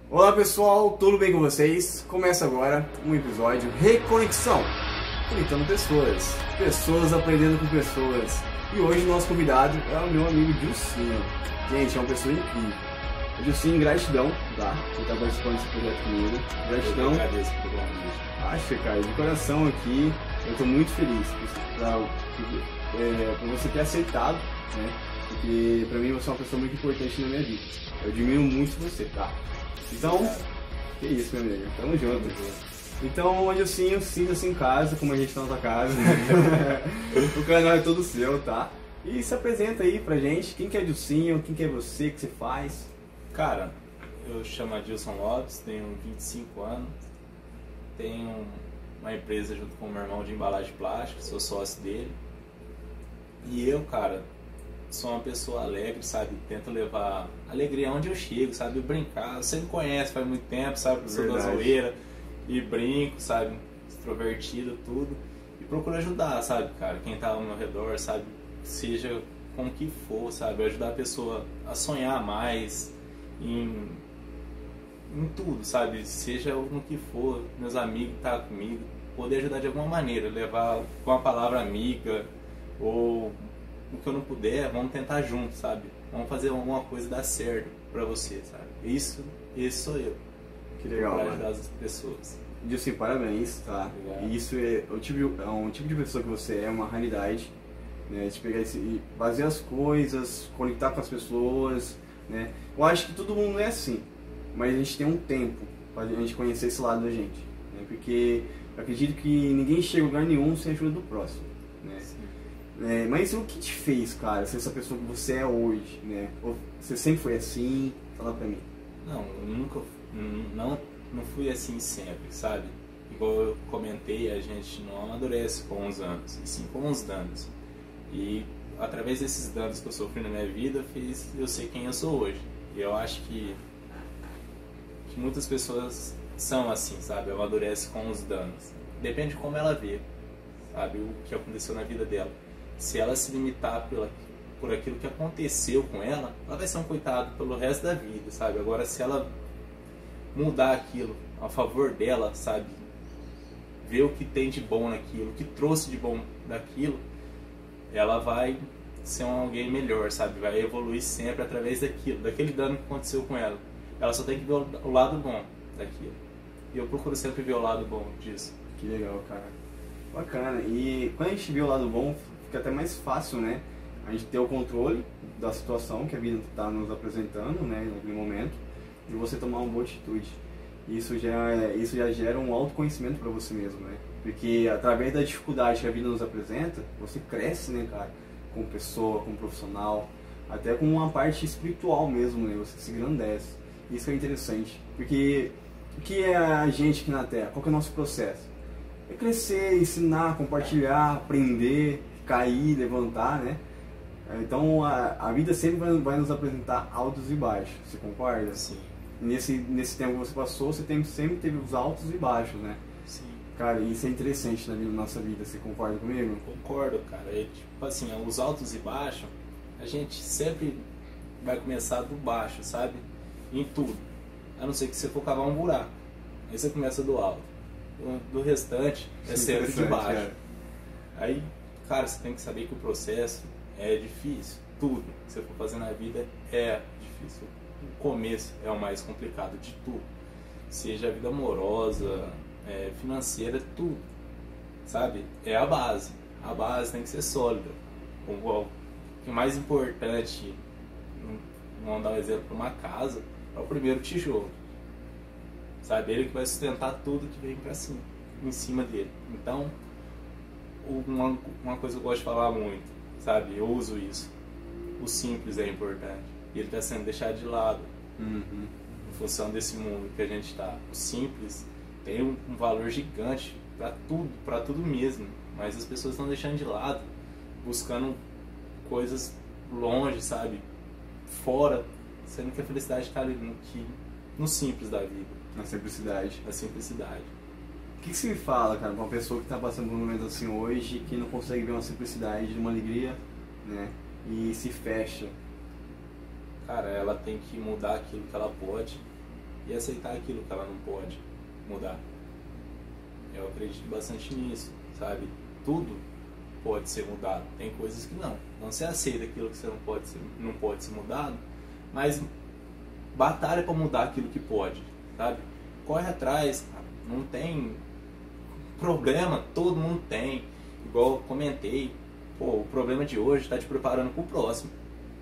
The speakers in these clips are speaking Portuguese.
Olá pessoal, tudo bem com vocês? Começa agora um episódio Reconexão, conectando pessoas, pessoas aprendendo com pessoas. E hoje o nosso convidado é o meu amigo Dilcinho. Gente, é uma pessoa incrível. Dilcinho, gratidão, tá? Por estar participando desse projeto comigo. Gratidão. Eu agradeço pelo convite. Acha, cara, de coração aqui, eu tô muito feliz por você ter aceitado, né? Porque pra mim você é uma pessoa muito importante na minha vida. Eu admiro muito você, tá? Então, que isso, meu amigo, tamo junto. Então, Dilcinho, sinta-se em casa, como a gente tá na tua casa. O canal é todo seu, tá? E se apresenta aí pra gente, quem que é Dilcinho, quem que é você, o que você faz? Cara, eu chamo Adilson Lopes, tenho 25 anos, tenho uma empresa junto com o meu irmão de embalagem plástica, sou sócio dele. E eu, cara, sou uma pessoa alegre, sabe? Tento levar alegria onde eu chego, sabe? Brincar, você me conhece faz muito tempo, sabe? Sou da zoeira e brinco, sabe? Extrovertido, tudo. E procuro ajudar, sabe, cara? Quem tá ao meu redor, sabe? Seja com o que for, sabe? Ajudar a pessoa a sonhar mais em tudo, sabe? Seja no que for, meus amigos tá comigo, poder ajudar de alguma maneira, levar com uma palavra amiga ou o que eu não puder, vamos tentar junto, sabe? Vamos fazer alguma coisa dar certo pra você, sabe? Esse sou eu. Que legal, pra mano. ajudar as pessoas. Dilcinho, parabéns, tá? Obrigado. E isso é um tipo de pessoa que você é, uma realidade, né? De pegar e fazer as coisas, conectar com as pessoas, né? Eu acho que todo mundo é assim, mas a gente tem um tempo pra gente conhecer esse lado da gente, né? Porque eu acredito que ninguém chega a lugar nenhum sem a ajuda do próximo, né? Mas o que te fez, cara, ser essa pessoa que você é hoje, né? Ou você sempre foi assim? Fala pra mim. Não, eu nunca, não fui assim sempre, sabe? Igual eu comentei, a gente não amadurece com os anos, e sim com os danos. E através desses danos que eu sofri na minha vida, fez eu ser quem eu sou hoje. E eu acho que muitas pessoas são assim, sabe? Amadurece com os danos. Depende de como ela vê, sabe? O que aconteceu na vida dela. Se ela se limitar por aquilo que aconteceu com ela, ela vai ser um coitado pelo resto da vida, sabe? Agora, se ela mudar aquilo a favor dela, sabe? Ver o que tem de bom naquilo, o que trouxe de bom daquilo, ela vai ser alguém melhor, sabe? Vai evoluir sempre através daquele dano que aconteceu com ela. Ela só tem que ver o lado bom daquilo. E eu procuro sempre ver o lado bom disso. Que legal, cara. Bacana. E quando a gente vê o lado bom, fica até mais fácil, né? A gente ter o controle da situação que a vida está nos apresentando, né? Naquele momento, e você tomar uma boa atitude. Isso já gera um autoconhecimento para você mesmo, né? Porque através da dificuldade que a vida nos apresenta, você cresce, né, cara? Como pessoa, como profissional, até com uma parte espiritual mesmo, né? Você se engrandece. Isso é interessante. Porque o que é a gente aqui na Terra? Qual que é o nosso processo? É crescer, ensinar, compartilhar, aprender, cair, levantar, né? Então a vida sempre vai nos apresentar altos e baixos, você concorda? Sim. Nesse tempo que você passou, você sempre teve os altos e baixos, né? Sim. Cara, isso é interessante na nossa vida, você concorda comigo? Concordo, cara. É tipo assim, os altos e baixos, a gente sempre vai começar do baixo, sabe? Em tudo. A não ser que você for cavar um buraco. Aí você começa do alto. Do restante é sempre de baixo. É. Aí, cara, você tem que saber que o processo é difícil. Tudo que você for fazer na vida é difícil. O começo é o mais complicado de tudo. Seja a vida amorosa, financeira, tudo. Sabe? É a base. A base tem que ser sólida. O mais importante, vamos dar um exemplo para uma casa, é o primeiro tijolo. Sabe? Ele que vai sustentar tudo que vem pra cima, em cima dele. Então, uma coisa que eu gosto de falar muito, sabe? Eu uso isso. O simples é importante. E ele está sendo deixado de lado. Uhum. Em função desse mundo que a gente está. O simples tem um valor gigante para tudo mesmo. Mas as pessoas estão deixando de lado, buscando coisas longe, sabe? Fora, sendo que a felicidade está ali no simples da vida. Na simplicidade. Na simplicidade. O que você me fala, cara, pra uma pessoa que está passando por um momento assim hoje, que não consegue ver uma simplicidade, uma alegria, né? E se fecha. Cara, ela tem que mudar aquilo que ela pode e aceitar aquilo que ela não pode mudar. Eu acredito bastante nisso, sabe? Tudo pode ser mudado, tem coisas que não. Não se aceita aquilo que você não pode ser mudado, mas batalha para mudar aquilo que pode, sabe? Corre atrás, cara. Não tem problema, todo mundo tem. Igual eu comentei, pô, o problema de hoje está te preparando para o próximo.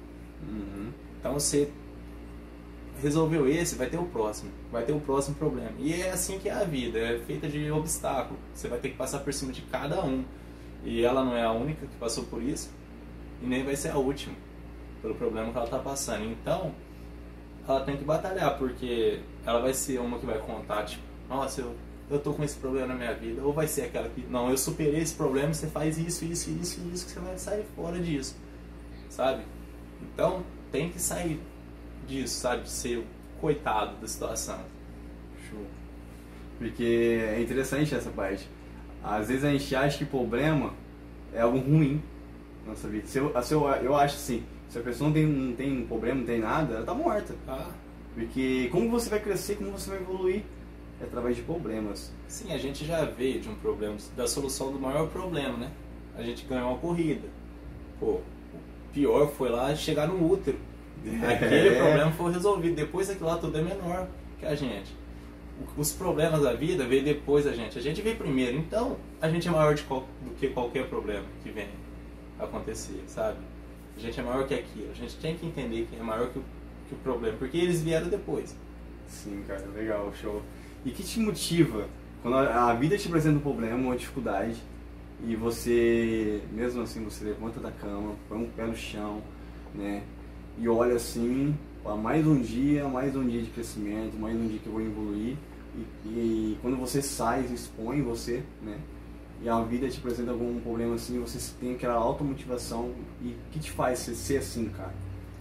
Então você resolveu esse, vai ter o próximo problema. E é assim que é a vida, é feita de obstáculos. Você vai ter que passar por cima de cada um. E ela não é a única que passou por isso, e nem vai ser a última, pelo problema que ela está passando. Então, ela tem que batalhar, porque ela vai ser uma que vai contar, tipo, nossa, eu tô com esse problema na minha vida. Ou vai ser aquela que, não, eu superei esse problema, você faz isso, que você vai sair fora disso, sabe? Então, tem que sair disso, sabe? Ser o coitado da situação. Show. Porque é interessante essa parte. Às vezes a gente acha que problema é algo ruim na nossa vida. Eu acho assim, se a pessoa não tem problema, não tem nada, ela tá morta. Porque como você vai crescer, como você vai evoluir? É através de problemas. Sim, a gente já veio de um problema, da solução do maior problema, né? A gente ganhou uma corrida. Pô, o pior foi lá chegar no útero. Aquele problema foi resolvido. Depois daquilo lá tudo é menor que a gente. Os problemas da vida veio depois da gente. A gente veio primeiro. Então, a gente é maior do que qualquer problema que venha acontecer, sabe? A gente é maior que aquilo. A gente tem que entender que é maior que o problema. Porque eles vieram depois. Sim, cara. Legal. Show. E que te motiva quando a vida te apresenta um problema, uma dificuldade, e você, mesmo assim, você levanta da cama, põe um pé no chão, né? E olha assim, mais um dia de crescimento, mais um dia que eu vou evoluir. E quando você sai, expõe você, né? E a vida te apresenta algum problema assim, você tem aquela automotivação. E o que te faz ser assim, cara?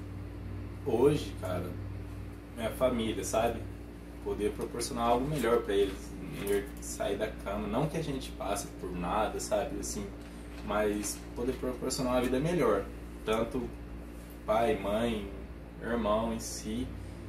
Hoje, cara, minha família, sabe? Poder proporcionar algo melhor pra eles, sair da cama, não que a gente passe por nada, sabe, assim, mas poder proporcionar uma vida melhor, tanto pai, mãe, irmão em si,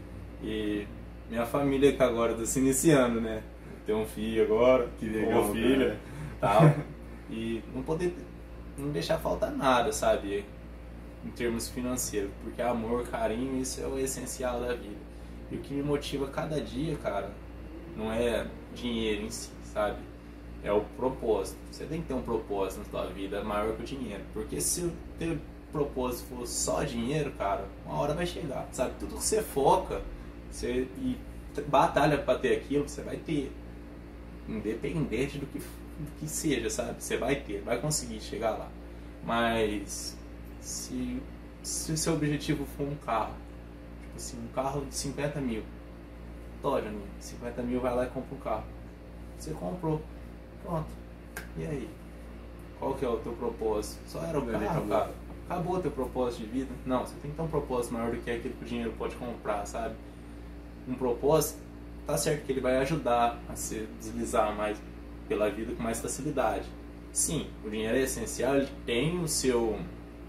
e minha família que agora tá se iniciando, né, tem um filho agora, que legal, uma filha, tal, e não deixar faltar nada, sabe, em termos financeiros, porque amor, carinho, isso é o essencial da vida. E o que me motiva cada dia, cara, não é dinheiro em si, sabe? É o propósito. Você tem que ter um propósito na sua vida maior que o dinheiro. Porque se o teu propósito for só dinheiro, cara, uma hora vai chegar, sabe? Tudo que você foca e batalha para ter aquilo, você vai ter. Independente do que seja, sabe? Você vai ter, vai conseguir chegar lá. Mas se o seu objetivo for um carro, assim, um carro de 50 mil. Tório, 50 mil, vai lá e compra um carro. Você comprou. Pronto. E aí? Qual que é o teu propósito? Só era o carro, cara. Acabou o teu propósito de vida? Não, você tem que ter um propósito maior do que aquilo que o dinheiro pode comprar, sabe? Um propósito, tá certo que ele vai ajudar a se deslizar mais pela vida com mais facilidade. Sim, o dinheiro é essencial, ele tem o seu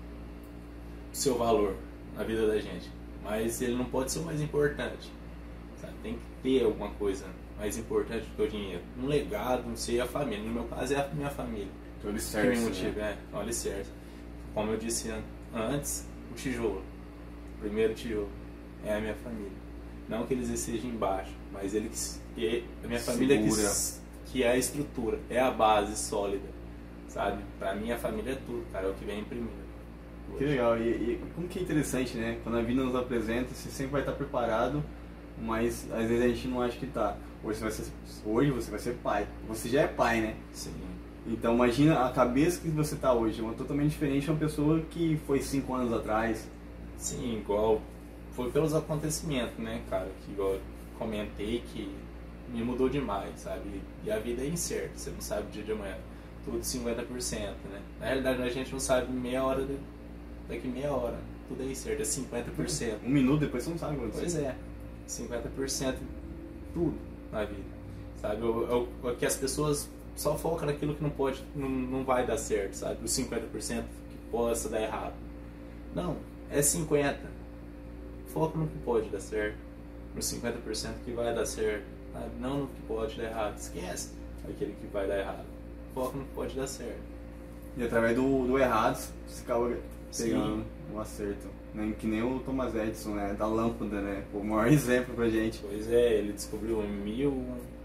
valor na vida da gente. Mas ele não pode ser o mais importante, sabe? Tem que ter alguma coisa mais importante do que o dinheiro. Um legado, não sei, a família. No meu caso é a minha família. O alicerce, né? O alicerce. Como eu disse antes, o tijolo. O primeiro tijolo é a minha família. Não que eles estejam embaixo, mas a minha família que é a estrutura, é a base sólida, sabe? Pra mim a família é tudo, cara, é o que vem em primeiro. Que legal, e como que é interessante, né? Quando a vida nos apresenta, você sempre vai estar preparado, mas às vezes a gente não acha que tá. Hoje você vai ser pai, você já é pai, né? Sim. Então imagina a cabeça que você tá hoje, uma totalmente diferente de uma pessoa que foi 5 anos atrás. Sim, igual foi pelos acontecimentos, né, cara? Que igual eu comentei que me mudou demais, sabe? E a vida é incerta, você não sabe o dia de amanhã. Tudo 50%, né? Na realidade a gente não sabe daqui meia hora, tudo é incerto, é 50%. Um minuto depois você não sabe quando. Pois é, 50% tudo na vida, sabe? O que as pessoas só focam naquilo que não pode, não vai dar certo, sabe? Os 50% que possa dar errado. Não, é 50%. Foca no que pode dar certo. nos 50% que vai dar certo, sabe? Não no que pode dar errado, esquece aquele que vai dar errado, foca no que pode dar certo. E através do errado, você acaba pegando Sim. um acerto. Né? Que nem o Thomas Edison, né? Da lâmpada, né? O maior exemplo pra gente. Pois é, ele descobriu mil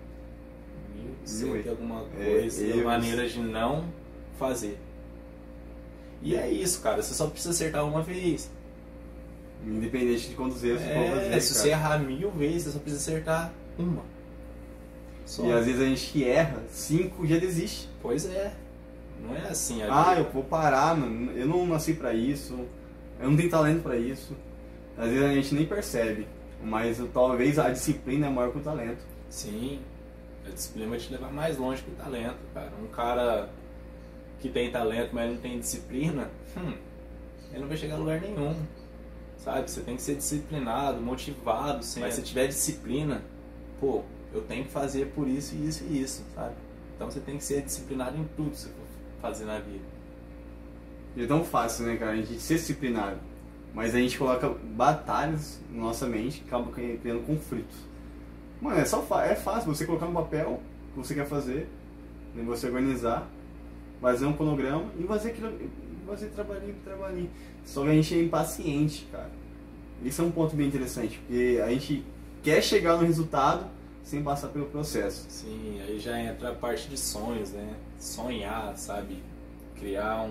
e alguma coisa, maneiras de não fazer. E é isso, cara, você só precisa acertar uma vez. Independente de quantos erros você for fazer, se você errar 1000 vezes, você só precisa acertar uma. Só. E às vezes a gente que erra, 5 já desiste. Pois é. Não é assim a Ah, vida. eu vou parar, mano. Eu não nasci pra isso. Eu não tenho talento pra isso. Às vezes a gente nem percebe. Mas talvez a disciplina é maior que o talento. Sim. A disciplina vai te levar mais longe que o talento, cara. Um cara que tem talento, mas não tem disciplina, ele não vai chegar a lugar nenhum. Sabe? Você tem que ser disciplinado, motivado sempre. Mas se tiver disciplina, pô, eu tenho que fazer por isso, isso e isso, sabe? Então você tem que ser disciplinado em tudo que você for fazer na vida. E é tão fácil, né, cara? A gente ser disciplinado. Mas a gente coloca batalhas na nossa mente que acabam criando conflitos. Mano, é fácil você colocar no papel o que você quer fazer, né, você organizar, fazer um cronograma e fazer aquilo, fazer trabalhinho. Só que a gente é impaciente, cara. Isso é um ponto bem interessante, porque a gente quer chegar no resultado sem passar pelo processo. Sim, aí já entra a parte de sonhos, né? Sonhar, sabe? Criar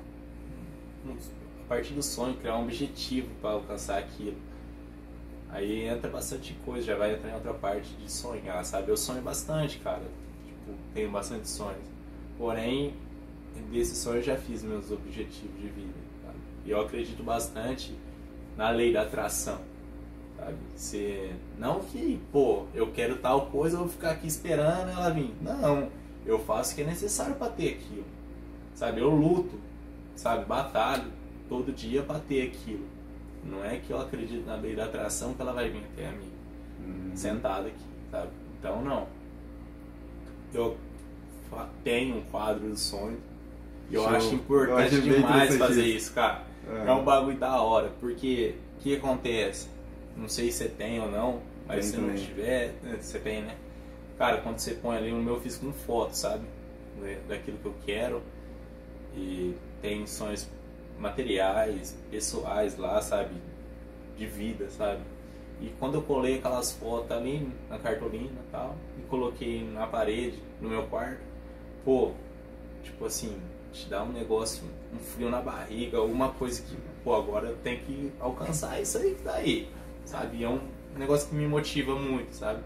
a partir do sonho, criar um objetivo para alcançar aquilo. Aí entra bastante coisa, já vai entrar em outra parte de sonhar, sabe? Eu sonho bastante, cara. Tipo, tenho bastante sonhos. Porém, desses sonhos eu já fiz meus objetivos de vida, sabe? E eu acredito bastante na lei da atração, sabe? Não que, pô, eu quero tal coisa, eu vou ficar aqui esperando ela vir. Não, eu faço o que é necessário para ter aquilo, sabe? Eu luto, sabe? Batalho todo dia para ter aquilo. Não é que eu acredito na lei da atração que ela vai vir até a mim, sentada aqui, sabe? Então, não. Eu tenho um quadro de sonhos e eu acho importante demais fazer isso, cara. É um bagulho da hora, porque o que acontece? Não sei se você tem ou não, mas se não tiver, você tem, né? Cara, quando você põe ali no meu, eu fiz com foto, sabe? Daquilo que eu quero. E tem sonhos materiais, pessoais lá, sabe? De vida, sabe? E quando eu colei aquelas fotos ali na cartolina e tal, e coloquei na parede, no meu quarto, pô, tipo assim, te dá um negócio, um frio na barriga, alguma coisa que, pô, agora eu tenho que alcançar isso aí que tá aí, sabe? É um negócio que me motiva muito, sabe?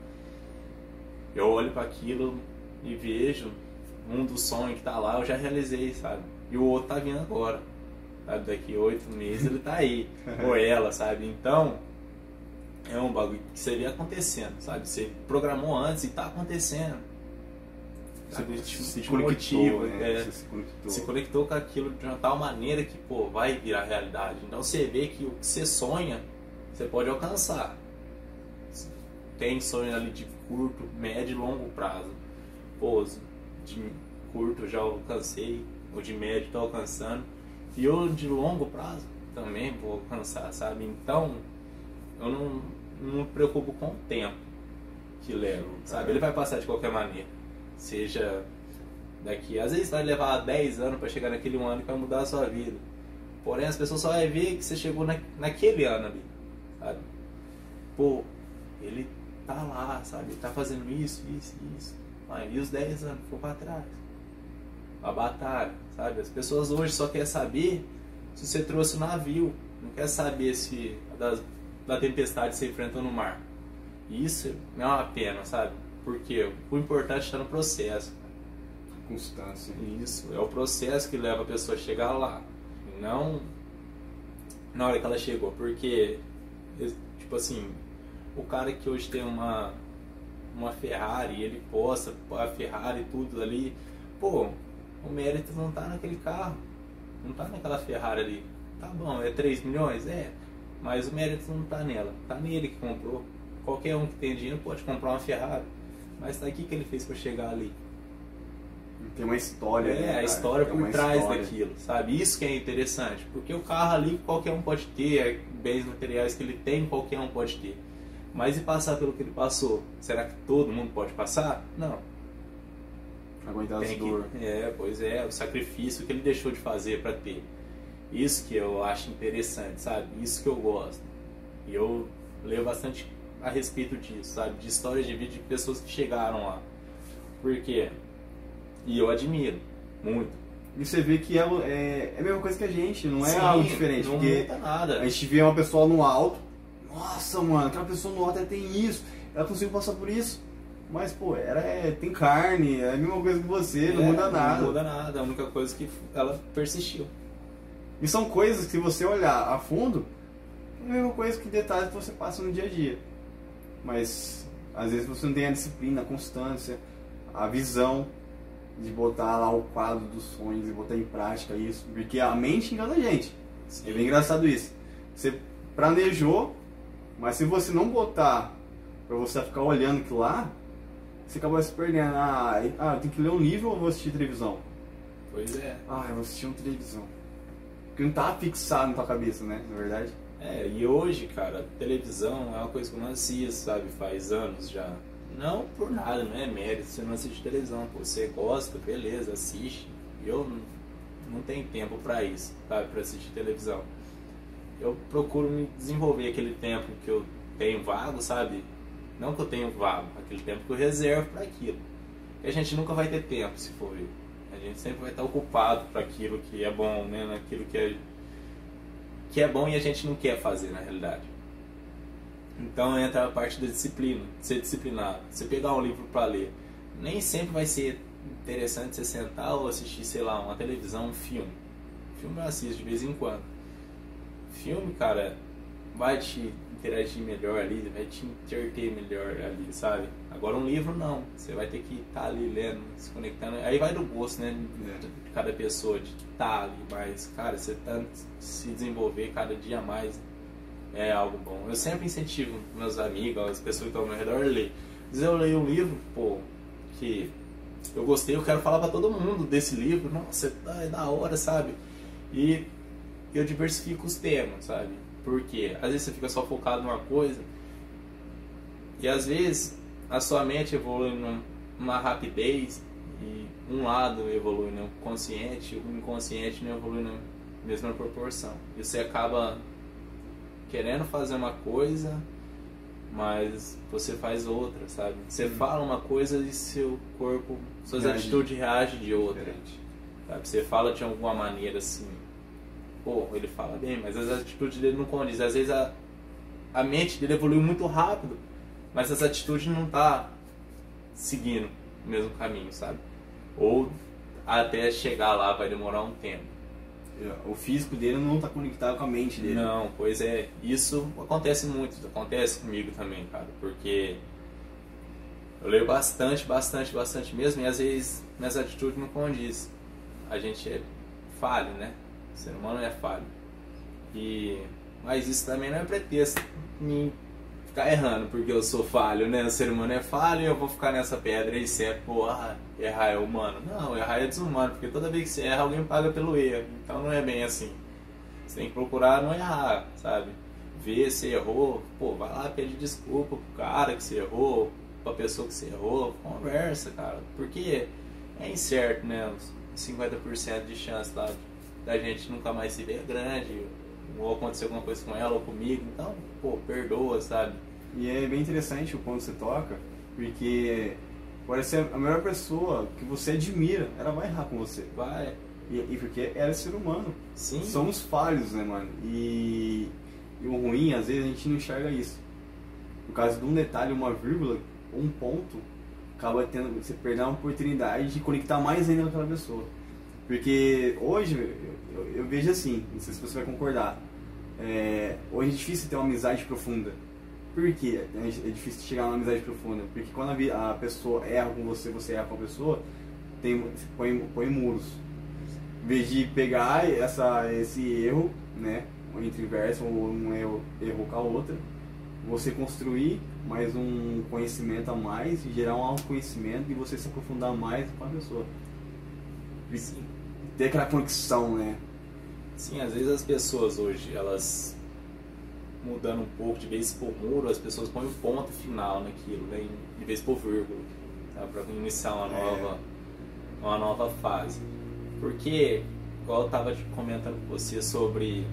Eu olho para aquilo e vejo um dos sonhos que tá lá, eu já realizei, sabe? E o outro tá vindo agora, sabe? Daqui 8 meses ele tá aí, ou ela, sabe? Então, é um bagulho que você vê acontecendo, sabe? Você programou antes e tá acontecendo. Sabe? Se conectou, né? Se conectou com aquilo de uma tal maneira que, pô, vai virar realidade. Então você vê que o que você sonha, você pode alcançar. Tem sonho ali de curto, médio e longo prazo. Pô, de curto já alcancei, o de médio estou alcançando. E o de longo prazo também vou alcançar, sabe? Então, eu não me preocupo com o tempo que leva, sabe? Ele vai passar de qualquer maneira. Seja daqui, às vezes vai levar 10 anos para chegar naquele ano que vai mudar a sua vida. Porém, as pessoas só vão ver que você chegou naquele ano ali, sabe? Pô, ele tá lá, sabe? Ele tá fazendo isso. E os 10 anos ficou para trás. A batalha, sabe? As pessoas hoje só querem saber se você trouxe o navio, não quer saber se da tempestade que você enfrentou no mar. E isso é uma pena, sabe? Porque o importante está no processo. Constância. Isso, é o processo que leva a pessoa a chegar lá. Não na hora que ela chegou. Porque, tipo assim, o cara que hoje tem uma Ferrari, ele posta a Ferrari e tudo ali, pô, o mérito não tá naquele carro, não tá naquela Ferrari ali. Tá bom, é 3 milhões? É, mas o mérito não tá nela, tá nele que comprou. Qualquer um que tem dinheiro pode comprar uma Ferrari, mas tá aqui que ele fez para chegar ali. Tem uma história, né, a história por trás daquilo, sabe? Isso que é interessante, porque o carro ali qualquer um pode ter, bens materiais que ele tem, qualquer um pode ter. Mas e passar pelo que ele passou? Será que todo mundo pode passar? Não. Aguentar essa dor. Pois é, o sacrifício que ele deixou de fazer para ter. Isso que eu acho interessante, sabe? Isso que eu gosto. E eu leio bastante a respeito disso, sabe? De histórias de vida de pessoas que chegaram lá. Por quê? E eu admiro muito. E você vê que é a mesma coisa que a gente, não é Sim, algo diferente. não porque muda nada. A gente vê uma pessoa no alto, nossa, mano, aquela pessoa no alto ela tem isso, ela conseguiu passar por isso. Mas, pô, tem carne, é a mesma coisa que você, não muda nada. Não muda nada, a única coisa que ela persistiu. E são coisas que, se você olhar a fundo, é a mesma coisa que detalhes que você passa no dia a dia. Mas, às vezes, você não tem a disciplina, a constância, a visão de botar lá o quadro dos sonhos e botar em prática isso. Porque a mente engana a gente. Sim. É bem engraçado isso. Você planejou, mas se você não botar pra você ficar olhando aquilo lá, você acaba se perdendo. Eu tenho que ler um livro ou vou assistir televisão? Pois é. Eu vou assistir uma televisão. Porque não tá fixado na tua cabeça, né? Na verdade. E hoje, cara, televisão é uma coisa que eu não assisto, sabe? Faz anos já. Não por nada, não é mérito, você não assiste televisão. Pô, você gosta, beleza, assiste. Eu não tenho tempo pra isso, sabe? Pra assistir televisão. Eu procuro me desenvolver aquele tempo que eu tenho vago, sabe? Não que eu tenho vago, aquele tempo que eu reservo para aquilo. E a gente nunca vai ter tempo, se for ver. A gente sempre vai estar ocupado para aquilo que é bom, né? Naquilo que é bom e a gente não quer fazer, na realidade. Então entra a parte da disciplina, ser disciplinado. Você pegar um livro para ler, nem sempre vai ser interessante você sentar ou assistir, sei lá, uma televisão, um filme. Filme eu assisto de vez em quando. Filme, cara, vai te interagir melhor ali, vai te entreter melhor ali, sabe? Agora um livro não, você vai ter que estar ali lendo, se conectando, aí vai do gosto, né, de cada pessoa, de estar ali, mas, cara, você tá se desenvolver cada dia mais, é algo bom. Eu sempre incentivo meus amigos, as pessoas que estão ao meu redor a ler. Às vezes eu leio um livro, pô, que eu gostei, eu quero falar pra todo mundo desse livro, nossa, é da hora, sabe? E eu diversifico os temas, sabe? Porque às vezes você fica só focado numa coisa e às vezes a sua mente evolui numa rapidez e um lado evolui no consciente, o inconsciente não evolui na mesma proporção. E você acaba querendo fazer uma coisa, mas você faz outra, sabe? Você fala uma coisa e seu corpo, suas atitudes reagem de outra. Sabe? Você fala de alguma maneira assim, pô, ele fala bem, mas as atitudes dele não condizem. Às vezes a mente dele evoluiu muito rápido, mas as atitudes não tá seguindo o mesmo caminho, sabe? Ou até chegar lá vai demorar um tempo. O físico dele não tá conectado com a mente dele. Não, pois é. Isso acontece muito, acontece comigo também, cara, porque eu leio bastante mesmo, e às vezes minhas atitudes não condizem. A gente é falho, né? O ser humano é falho. Mas isso também não é pretexto em ficar errando, porque eu sou falho, né? O ser humano é falho e eu vou ficar nessa pedra e sempre, pô, errar é humano. Não, errar é desumano, porque toda vez que você erra, alguém paga pelo erro. Então não é bem assim. Você tem que procurar não errar, sabe? Ver se errou, pô, vai lá pedir desculpa pro cara que você errou, pra pessoa que você errou, conversa, cara. Porque é incerto, né? Os 50% de chance lá da gente nunca mais se ver é grande, ou acontecer alguma coisa com ela ou comigo, então, pô, perdoa, sabe? E é bem interessante o ponto que você toca, porque pode ser a melhor pessoa que você admira, ela vai errar com você. Vai. E porque ela é ser humano. Sim. Somos falhos, né, mano? E o ruim, às vezes, a gente não enxerga isso. Por causa de um detalhe, uma vírgula, um ponto, acaba você perdendo a oportunidade de conectar mais ainda com aquela pessoa. Porque hoje, eu vejo assim, não sei se você vai concordar, hoje é difícil ter uma amizade profunda. Por quê? É difícil chegar numa amizade profunda? Porque quando a pessoa erra com você, você erra com a pessoa, você põe muros. Em vez de pegar esse erro, né, entre verso, ou um erro com a outra, você construir mais um conhecimento a mais, gerar um autoconhecimento e você se aprofundar mais com a pessoa. Sim. Ter aquela conexão, né? Sim, às vezes as pessoas hoje, elas mudando um pouco, de vez por muro, as pessoas põem um ponto final naquilo, né? De vez por vírgula, tá? Para iniciar uma nova fase. Porque, igual eu estava comentando com você sobre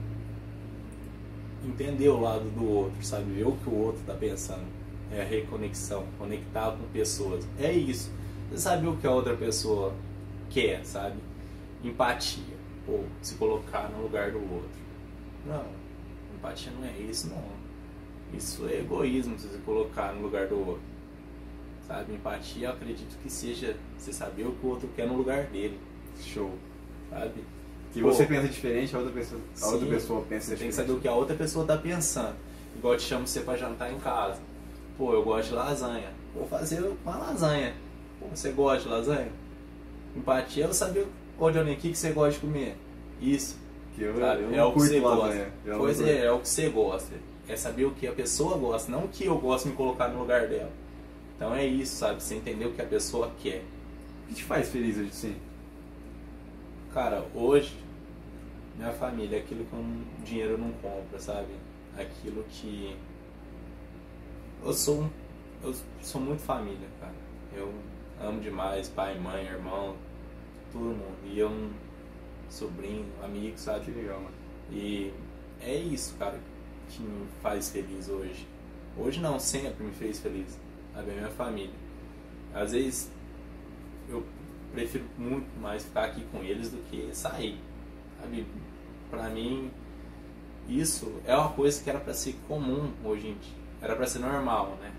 entender o lado do outro, sabe? Ver o que o outro está pensando. É a reconexão, conectar com pessoas. É isso. Você sabe o que a outra pessoa quer, sabe? Empatia. Ou se colocar no lugar do outro. Não, empatia não é isso, não. Isso é egoísmo, se colocar no lugar do outro. Sabe? Empatia, eu acredito que seja você saber o que o outro quer no lugar dele. Show. Sabe? Que você pensa diferente, a outra pessoa pensa você diferente. Tem que saber o que a outra pessoa está pensando. Igual eu te chamo você para jantar em casa. Pô, eu gosto de lasanha. Vou fazer uma lasanha. Pô, você gosta de lasanha? Empatia é eu saber, ô Johnny, o que você gosta de comer? Isso. Que eu é o que você gosta. Lasanha. Pois é o que você gosta. É saber o que a pessoa gosta, não o que eu gosto de me colocar no lugar dela. Então é isso, sabe? Você entender o que a pessoa quer. O que te faz feliz hoje, sim? Cara, hoje, minha família é aquilo que o dinheiro não compra, sabe? Aquilo que... Eu sou muito família, cara. Eu amo demais pai, mãe, irmão, todo mundo. E eu sobrinho, amigo, sabe? Que legal, mano. E é isso, cara, que me faz feliz hoje. Hoje não, sempre me fez feliz. A minha família. Às vezes eu prefiro muito mais ficar aqui com eles do que sair, sabe? Pra mim isso é uma coisa que era pra ser comum hoje em dia, era pra ser normal, né?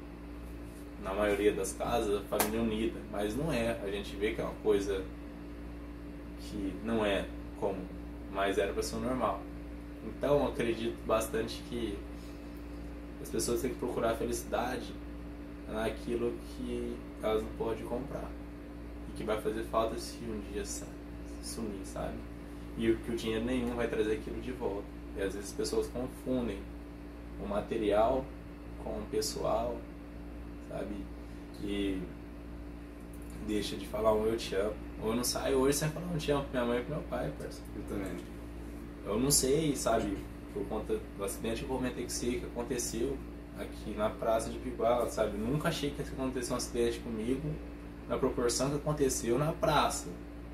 Na maioria das casas, a família unida, mas não é. A gente vê que é uma coisa que não é comum, mas era pra ser normal. Então eu acredito bastante que as pessoas têm que procurar a felicidade naquilo que elas não podem comprar e que vai fazer falta se um dia sumir, sabe? E que o dinheiro nenhum vai trazer aquilo de volta. E às vezes as pessoas confundem o material com o pessoal, sabe? E deixa de falar um eu te amo. Ou eu não saio hoje sem falar um te amo pra minha mãe e pro meu pai, parceiro. Eu também. Eu não sei, sabe? Por conta do acidente que eu comentei com você, que aconteceu aqui na praça de Piguá, sabe? Nunca achei que ia acontecer um acidente comigo na proporção que aconteceu na praça,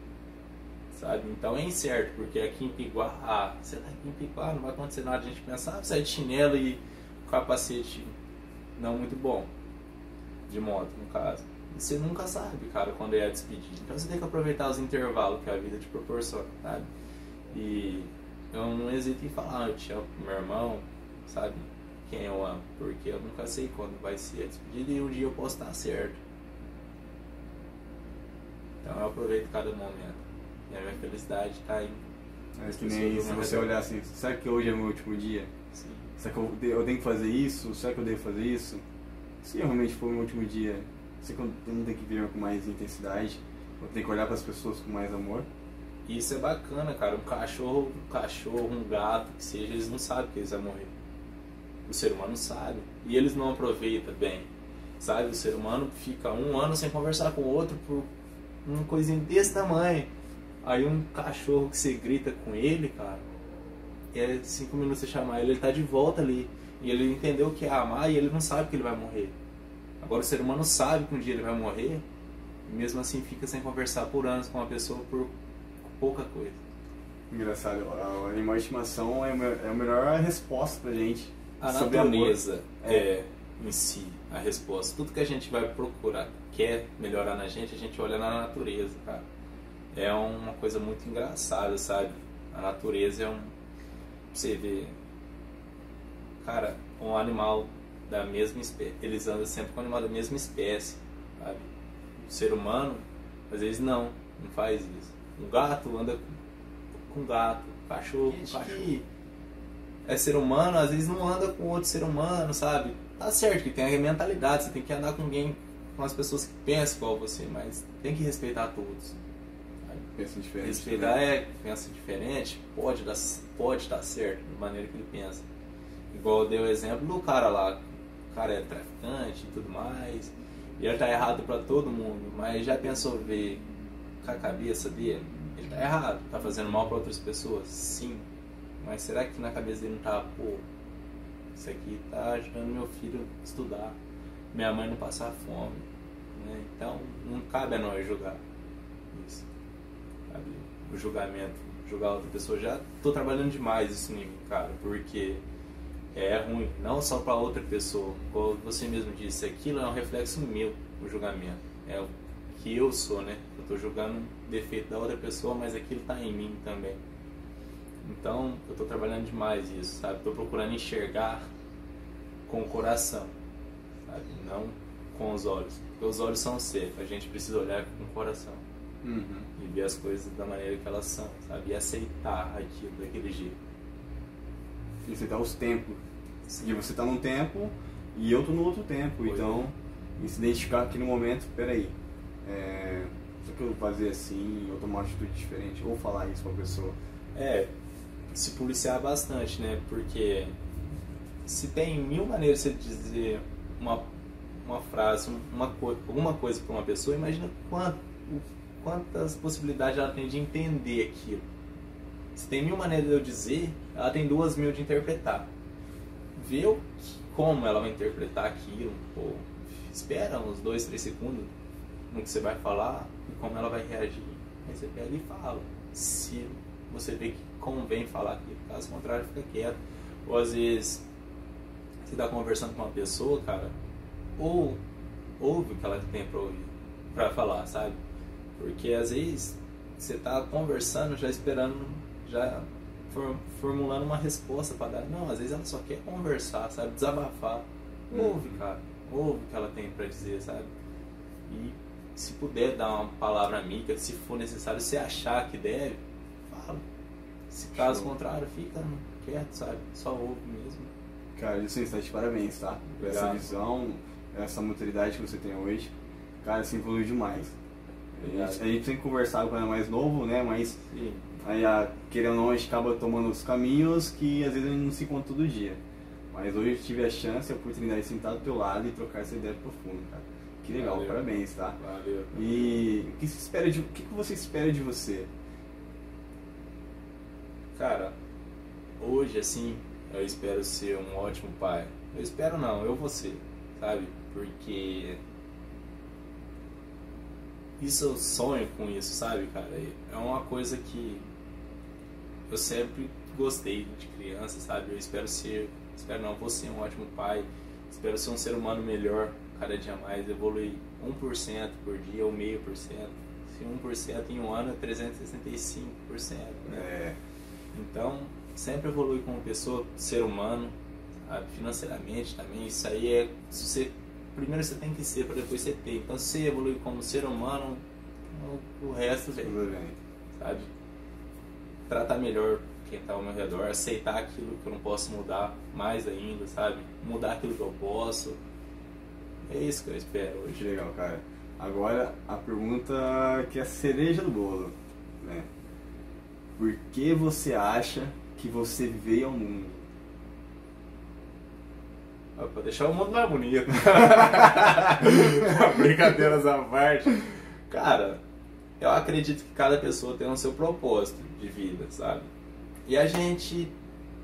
sabe? Então é incerto, porque aqui em Piguá, você tá aqui em Piguá, não vai acontecer nada. A gente pensa, sair de chinelo e capacete não muito bom, de moto no caso. E você nunca sabe, cara, quando é a despedida. Então você tem que aproveitar os intervalos que a vida te proporciona, sabe? E eu não hesito em falar, eu te amo pro meu irmão, sabe? Quem eu amo, porque eu nunca sei quando vai ser a despedida e um dia eu posso estar certo. Então eu aproveito cada momento. E a minha felicidade está em... É que nem se você olhar assim, será que hoje é meu último dia? Sim. Será que eu tenho que fazer isso? Será que eu devo fazer isso? Se realmente for o meu último dia, será que eu não tenho que viver com mais intensidade? Eu tenho que olhar para as pessoas com mais amor? Isso é bacana, cara. Um cachorro, um gato, que seja, eles não sabem que eles vão morrer. O ser humano sabe. E eles não aproveitam bem. Sabe? O ser humano fica um ano sem conversar com o outro por uma coisinha desse tamanho. Aí um cachorro que você grita com ele, cara, é 5 minutos você chamar ele tá de volta ali. E ele entendeu o que é amar e ele não sabe que ele vai morrer. Agora o ser humano sabe que um dia ele vai morrer e mesmo assim fica sem conversar por anos com uma pessoa por pouca coisa. Engraçado, o animal de estimação é a melhor resposta pra gente. A natureza em si a resposta. Tudo que a gente vai procurar, quer melhorar na gente, a gente olha na natureza, cara. É uma coisa muito engraçada, sabe? A natureza é você vê, cara, um animal da mesma espécie, eles andam sempre com um animal da mesma espécie, sabe? O ser humano, às vezes não faz isso. Um gato anda com gato, cachorro com cachorro. É ser humano, às vezes não anda com outro ser humano, sabe? Tá certo que tem a mentalidade, você tem que andar com alguém, com as pessoas que pensam igual você, mas tem que respeitar todos. Pensa diferente. Respeitar pensa diferente, pode dar certo da maneira que ele pensa. Igual eu dei o exemplo do cara lá, o cara é traficante e tudo mais, e ele tá errado pra todo mundo, mas já pensou ver com a cabeça dele? Ele tá errado, tá fazendo mal pra outras pessoas? Sim. Mas será que na cabeça dele não tá, pô, isso aqui tá ajudando meu filho a estudar, minha mãe não passar fome, né? Então não cabe a nós julgar isso, sabe? O julgamento, julgar outra pessoa, já tô trabalhando demais isso em mim, cara, porque é ruim, não só para outra pessoa, como você mesmo disse, aquilo é um reflexo meu, o julgamento, é o que eu sou, né? Eu tô julgando o defeito da outra pessoa, mas aquilo tá em mim também. Então, eu tô trabalhando demais isso, sabe? Tô procurando enxergar com o coração, sabe? Não com os olhos, porque os olhos são secos, a gente precisa olhar com o coração. E ver as coisas da maneira que elas são, sabe? E aceitar aquilo daquele jeito. E aceitar os tempos. E você tá num tempo e eu tô no outro tempo. Então, e se identificar aqui no momento, peraí, só que eu vou fazer assim, ou tomar uma atitude diferente, ou falar isso pra pessoa. Se policiar bastante, né? Porque se tem 1000 maneiras de você dizer uma frase, alguma coisa pra uma pessoa, imagina quantas possibilidades ela tem de entender aquilo. Se tem 1000 maneiras de eu dizer, ela tem 2000 de interpretar. Vê como ela vai interpretar aquilo, pô, espera uns 2, 3 segundos no que você vai falar e como ela vai reagir. Aí você pega e fala. Se você vê que convém falar aquilo, caso contrário, fica quieto. Ou às vezes você está conversando com uma pessoa, cara, ou ouve o que ela tem pra falar, sabe? Porque às vezes você tá conversando já esperando, já formulando uma resposta para dar. Não, às vezes ela só quer conversar, sabe? Desabafar. Ouve, cara. Ouve o que ela tem para dizer, sabe? E se puder dar uma palavra amiga, se for necessário, se achar que deve, fala. Se caso contrário, fica quieto, sabe? Só ouve mesmo. Cara, isso está de parabéns, tá? Por essa visão, essa maturidade que você tem hoje. Cara, você evoluiu demais. A gente tem que conversar quando é mais novo, né? Mas aí, querendo ou não, a gente acaba tomando os caminhos que às vezes a gente não se encontra todo dia. Mas hoje eu tive a chance, a oportunidade de sentar do teu lado e trocar essa ideia profunda, cara. Que legal, valeu. Parabéns, tá? Valeu. E o que você espera de você? Cara, hoje, assim, eu espero ser um ótimo pai. Eu espero não, eu vou ser, sabe? Porque isso eu sonho com isso, sabe, cara? É uma coisa que eu sempre gostei de criança, sabe? Eu espero não, vou ser um ótimo pai, espero ser um ser humano melhor cada dia mais, evoluir 1% por dia ou 0,5%. Se 1% em um ano é 365%, né? Então, sempre evoluir como pessoa, ser humano, sabe? Financeiramente também, isso aí primeiro você tem que ser para depois você ter. Então, se você evoluir como ser humano, o resto vem, sabe? Tratar melhor quem está ao meu redor, aceitar aquilo que eu não posso mudar mais ainda, sabe? Mudar aquilo que eu posso. É isso que eu espero hoje. Que legal, cara. Agora, a pergunta que é a cereja do bolo, né? Por que você acha que você veio ao mundo? Pra deixar o mundo mais bonito. Brincadeiras à parte. Cara, eu acredito que cada pessoa tem o seu propósito de vida, sabe? E a gente,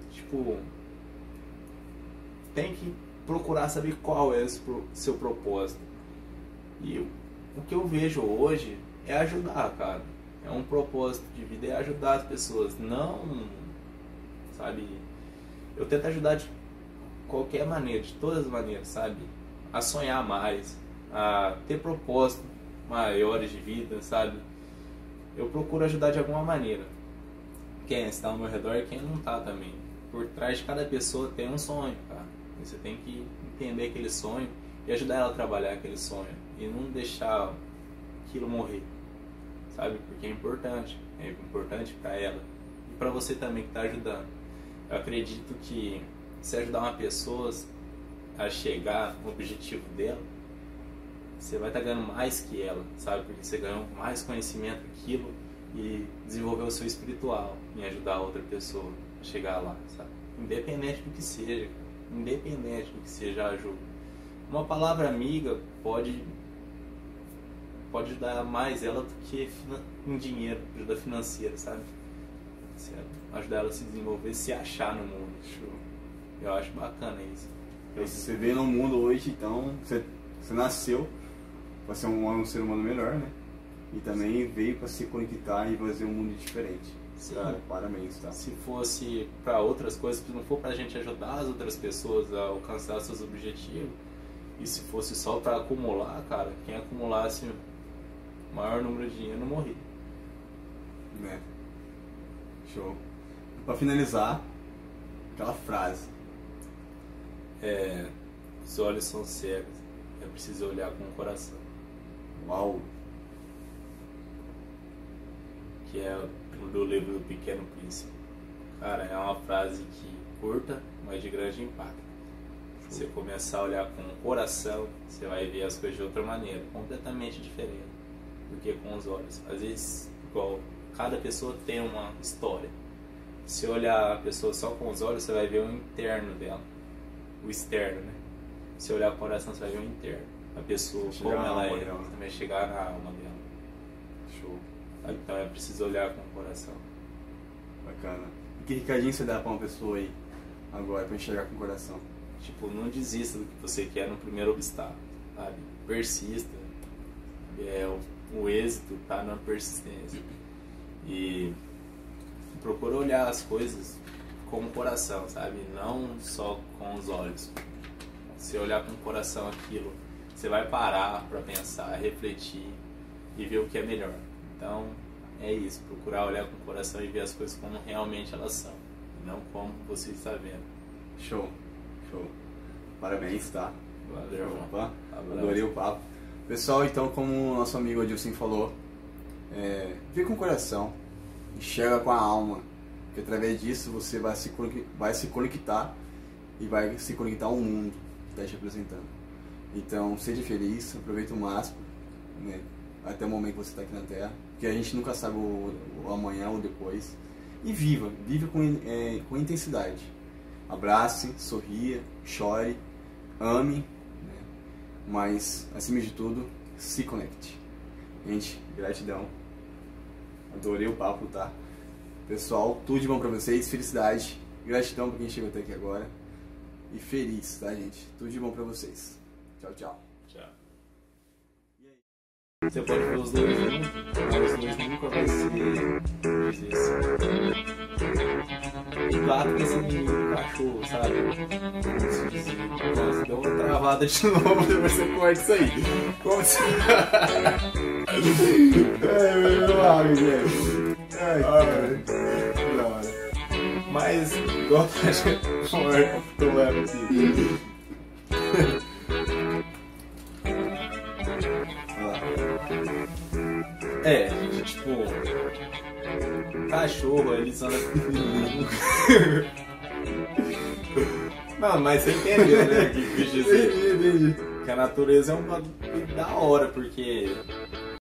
tem que procurar saber qual é o seu propósito. E o que eu vejo hoje é ajudar, cara. É um propósito de vida, é ajudar as pessoas. Não, sabe? Eu tento ajudar de qualquer maneira, de todas as maneiras, sabe? A sonhar mais, a ter propósito maiores de vida, sabe? Eu procuro ajudar de alguma maneira. Quem está ao meu redor e quem não está também. Por trás de cada pessoa tem um sonho, cara. Você tem que entender aquele sonho e ajudar ela a trabalhar aquele sonho. E não deixar aquilo morrer, sabe? Porque é importante para ela e para você também que está ajudando. Eu acredito que se ajudar uma pessoa a chegar no objetivo dela, você vai estar ganhando mais que ela, sabe? Porque você ganhou mais conhecimento daquilo e desenvolveu o seu espiritual em ajudar a outra pessoa a chegar lá, sabe? Independente do que seja, ajuda. Uma palavra amiga pode ajudar mais ela do que em dinheiro, ajuda financeira, sabe? Ajudar ela a se desenvolver, se achar no mundo. Eu acho bacana isso. Você vê no mundo hoje, então, você nasceu para ser um ser humano melhor, né? E também veio para se conectar e fazer um mundo diferente. Sim. Cara, parabéns, tá? Se fosse para outras coisas, se não for pra gente ajudar as outras pessoas a alcançar seus objetivos, e se fosse só para acumular, cara, quem acumulasse o maior número de dinheiro não morria. Né? Show. Para finalizar, aquela frase. Os olhos são cegos, é preciso olhar com o coração. Uau! Que é do livro do Pequeno Príncipe. Cara, é uma frase que curta, mas de grande impacto. Se você começar a olhar com o coração, você vai ver as coisas de outra maneira, completamente diferente do que com os olhos. Às vezes, igual, cada pessoa tem uma história. Se olhar a pessoa só com os olhos, você vai ver o interno dela, o externo, né? Se olhar com o coração, você vai ver o interno, a pessoa, como ela é, você vai chegar na alma dela. Show. Então é preciso olhar com o coração. Bacana. E que recadinho você dá pra uma pessoa aí, agora, pra enxergar com o coração? Tipo, não desista do que você quer no primeiro obstáculo, sabe? Persista. O êxito tá na persistência. E procura olhar as coisas com o coração, sabe? Não só com os olhos. Se olhar com o coração aquilo, você vai parar pra pensar, refletir e ver o que é melhor. Então, é isso. Procurar olhar com o coração e ver as coisas como realmente elas são. E não como você está vendo. Show. Show. Parabéns, tá? Valeu, Opa, adorei o papo. Pessoal, então, como o nosso amigo Adilson falou, vê com o coração, enxerga com a alma, que através disso você vai se conectar e vai se conectar ao mundo que está te apresentando. Então, seja feliz, aproveita o máximo, né, até o momento que você está aqui na Terra, porque a gente nunca sabe o amanhã ou depois. E viva com intensidade. Abrace, sorria, chore, ame, né? Mas, acima de tudo, se conecte. Gente, gratidão. Adorei o papo, tá? Pessoal, tudo de bom pra vocês, felicidade, gratidão pra quem chegou até aqui agora. E feliz, tá, gente? Tudo de bom pra vocês. Tchau, tchau. Tchau. Você pode ver os dois juntos, mas os dois nunca vai ser o gato com esse menino, o cachorro, sabe? Nossa, deu uma travada de novo, depois você corta isso aí. Como se... meu amigo, ai, da hora. Mas, igual a gente falando aqui. Tipo, cachorro, eles andam Não, mas você entendeu, né? Que bicho assim. Entendi. Que a natureza é uma da hora, porque